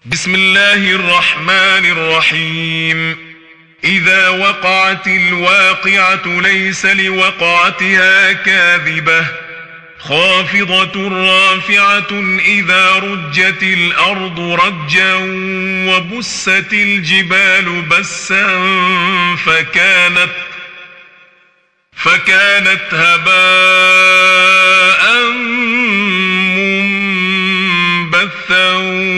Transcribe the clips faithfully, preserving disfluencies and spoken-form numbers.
بسم الله الرحمن الرحيم. إذا وقعت الواقعة ليس لوقعتها كاذبة خافضة رافعة إذا رجت الأرض رجا وبست الجبال بسا فكانت فكانت هباء منبثا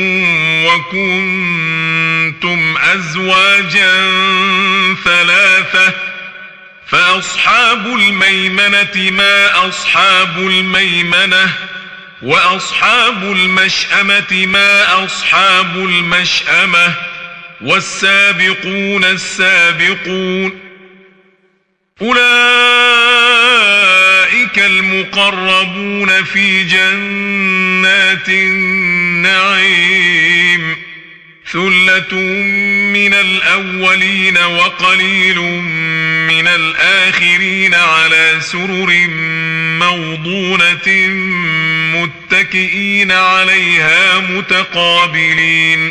وكنتم أزواجا ثلاثة فأصحاب الميمنة ما أصحاب الميمنة وأصحاب المشأمة ما أصحاب المشأمة والسابقون السابقون أولئك المقربون في جنات النعيم ثلة من الأولين وقليل من الآخرين على سرر موضونة متكئين عليها متقابلين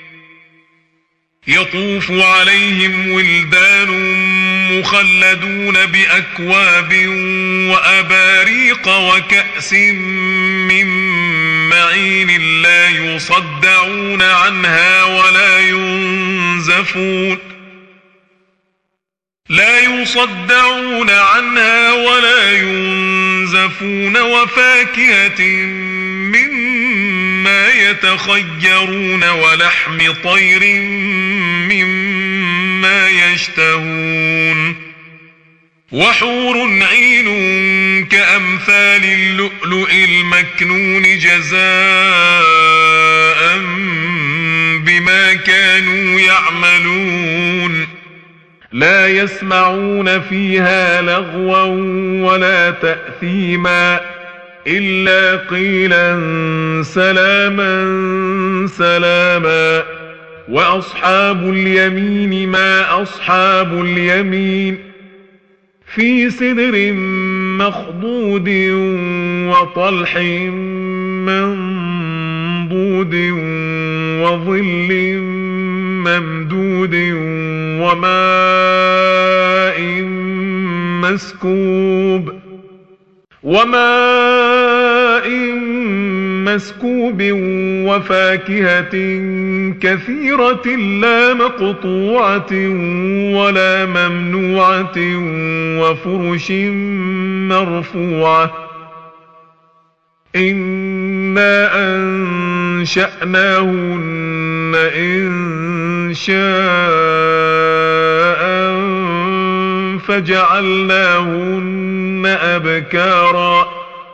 يطوف عليهم ولدان مخلدون بأكواب وأباريق وكأس من معين لا يصدعون عنها ولا ينزفون لا يصدعون عنها ولا ينزفون وفاكهة مما يتخيرون ولحم طير مما يشتهون وحور عين كأمثال اللؤلؤ المكنون جزاء بما كانوا يعملون لا يسمعون فيها لغوا ولا تأثيما إلا قيلا سلاما سلاما وأصحاب اليمين ما أصحاب اليمين في سدر مخضود وطلح منضود وظل ممدود وماء مسكوب وماء مسكوب وفاكهة كثيرة لا مقطوعة ولا ممنوعة وفرش مرفوعة إنا أنشأناهن إن شاء فجعلناهن أبكارا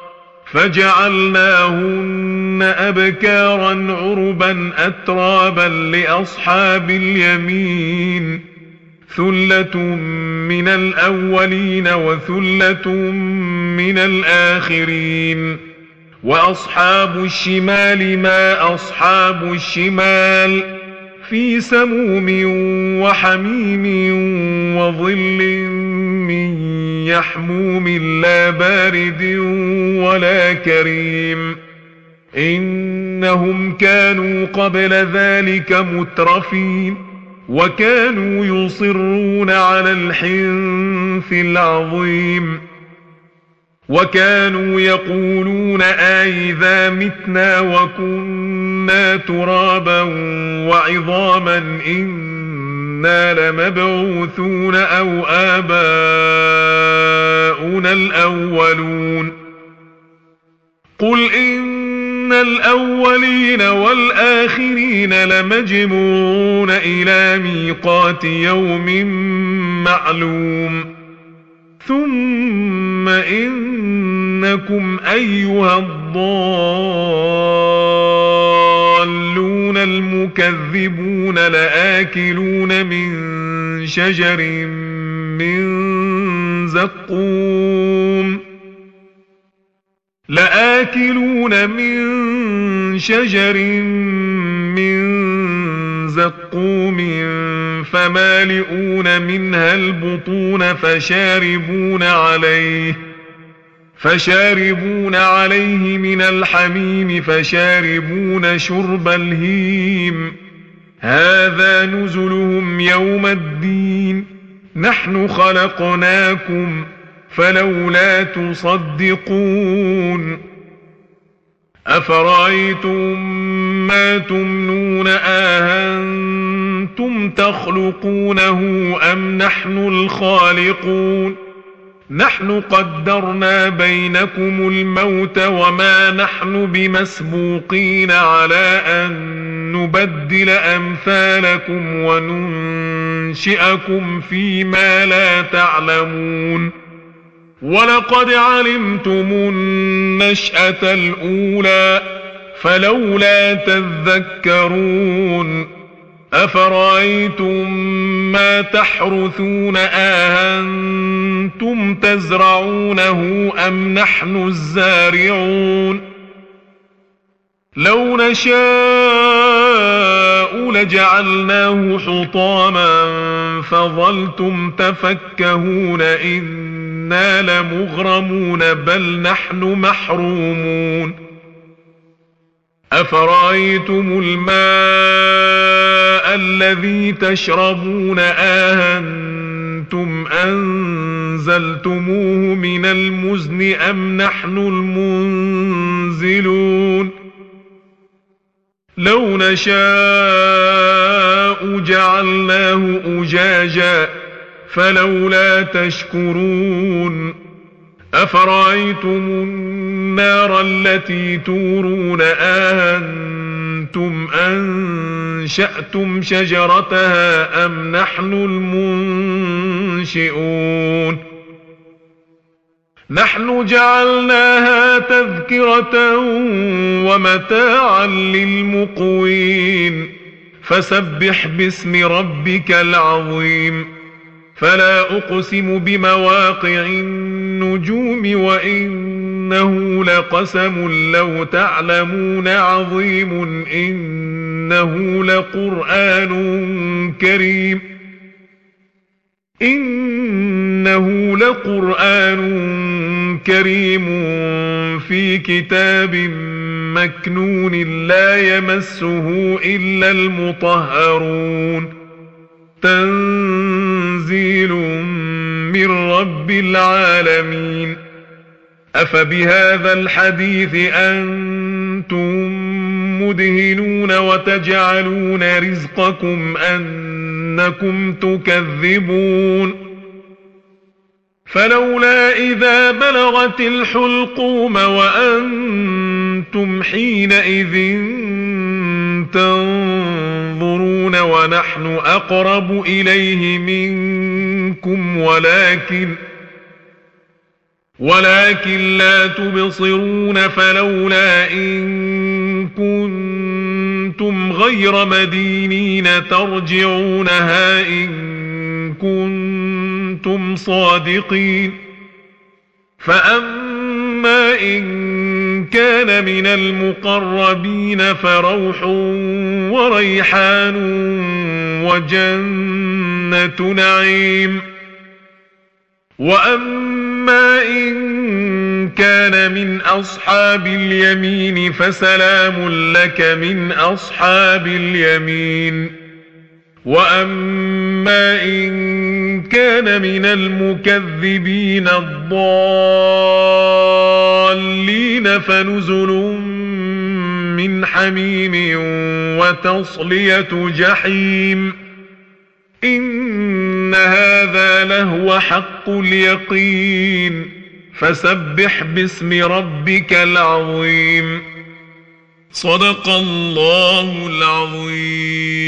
فجعلناهن أبكارا عربا أترابا لأصحاب اليمين ثلة من الأولين وثلة من الآخرين وأصحاب الشمال ما أصحاب الشمال في سموم وحميم وظل من يحموم لا بارد ولا كريم إنهم كانوا قبل ذلك مترفين وكانوا يصرون على الحنث العظيم وكانوا يقولون أئذا متنا وكنا ترابا وعظاما إنا لمبعوثون أو آباؤنا الأولون قل إن الأولين والآخرين لمجموعون إلى ميقات يوم معلوم ثم إنكم أيها الضالون المكذبون لآكلون من شجر من زقوم لآكلون من شجر من زقوم فمالئون منها البطون فشاربون عليه فشاربون عليه من الحميم فشاربون شرب الهيم هذا نزلهم يوم الدين نحن خلقناكم فلولا تصدقون أفرأيتم ما تمنون أأنتم تخلقونه أم نحن الخالقون نحن قدرنا بينكم الموت وما نحن بمسبوقين على أن نبدل أمثالكم وننشئكم فيما لا تعلمون ولقد علمتم النشأة الأولى فلولا تذكرون أفرأيتم ما تحرثون أأنتم تزرعونه أم نحن الزارعون لو نشاء لجعلناه حطاما فظلتم تفكهون إنا لمغرمون بل نحن محرومون أفرأيتم الماء الذي تشربون أأنتم أنزلتموه من المزن أم نحن المنزلون لو نشاء جعلناه أجاجا فلولا تشكرون أفرأيتم النار التي تورون أأنتم أنشأتم شجرتها أم نحن المنشئون نحن جعلناها تذكرة ومتاعا للمقوين فسبح باسم ربك العظيم فلا أقسم بمواقع النجوم وإنه لقسم لو تعلمون عظيم إنه لقرآن كريم إنه لقرآن كريم في كتاب مكنون لا يمسه إلا المطهرون تنزيل من رب العالمين أفبهذا الحديث أنتم مدهنون وتجعلون رزقكم أنكم تكذبون فلولا إذا بلغت الحلقوم وأنتم حينئذ تنظرون ونحن أقرب إليه منكم ولكن ولكن لا تبصرون فلولا إن كنتم غير مدينين ترجعونها إن كنتم صادقين فأما إن كان من المقربين فروح وريحان وجنة نعيم وأما إن كان من أصحاب اليمين فسلام لك من أصحاب اليمين وأما إن كان من المكذبين الضالين فنزل من حميم وتصلية جحيم إن هذا لهو حق اليقين فسبح باسم ربك العظيم صدق الله العظيم.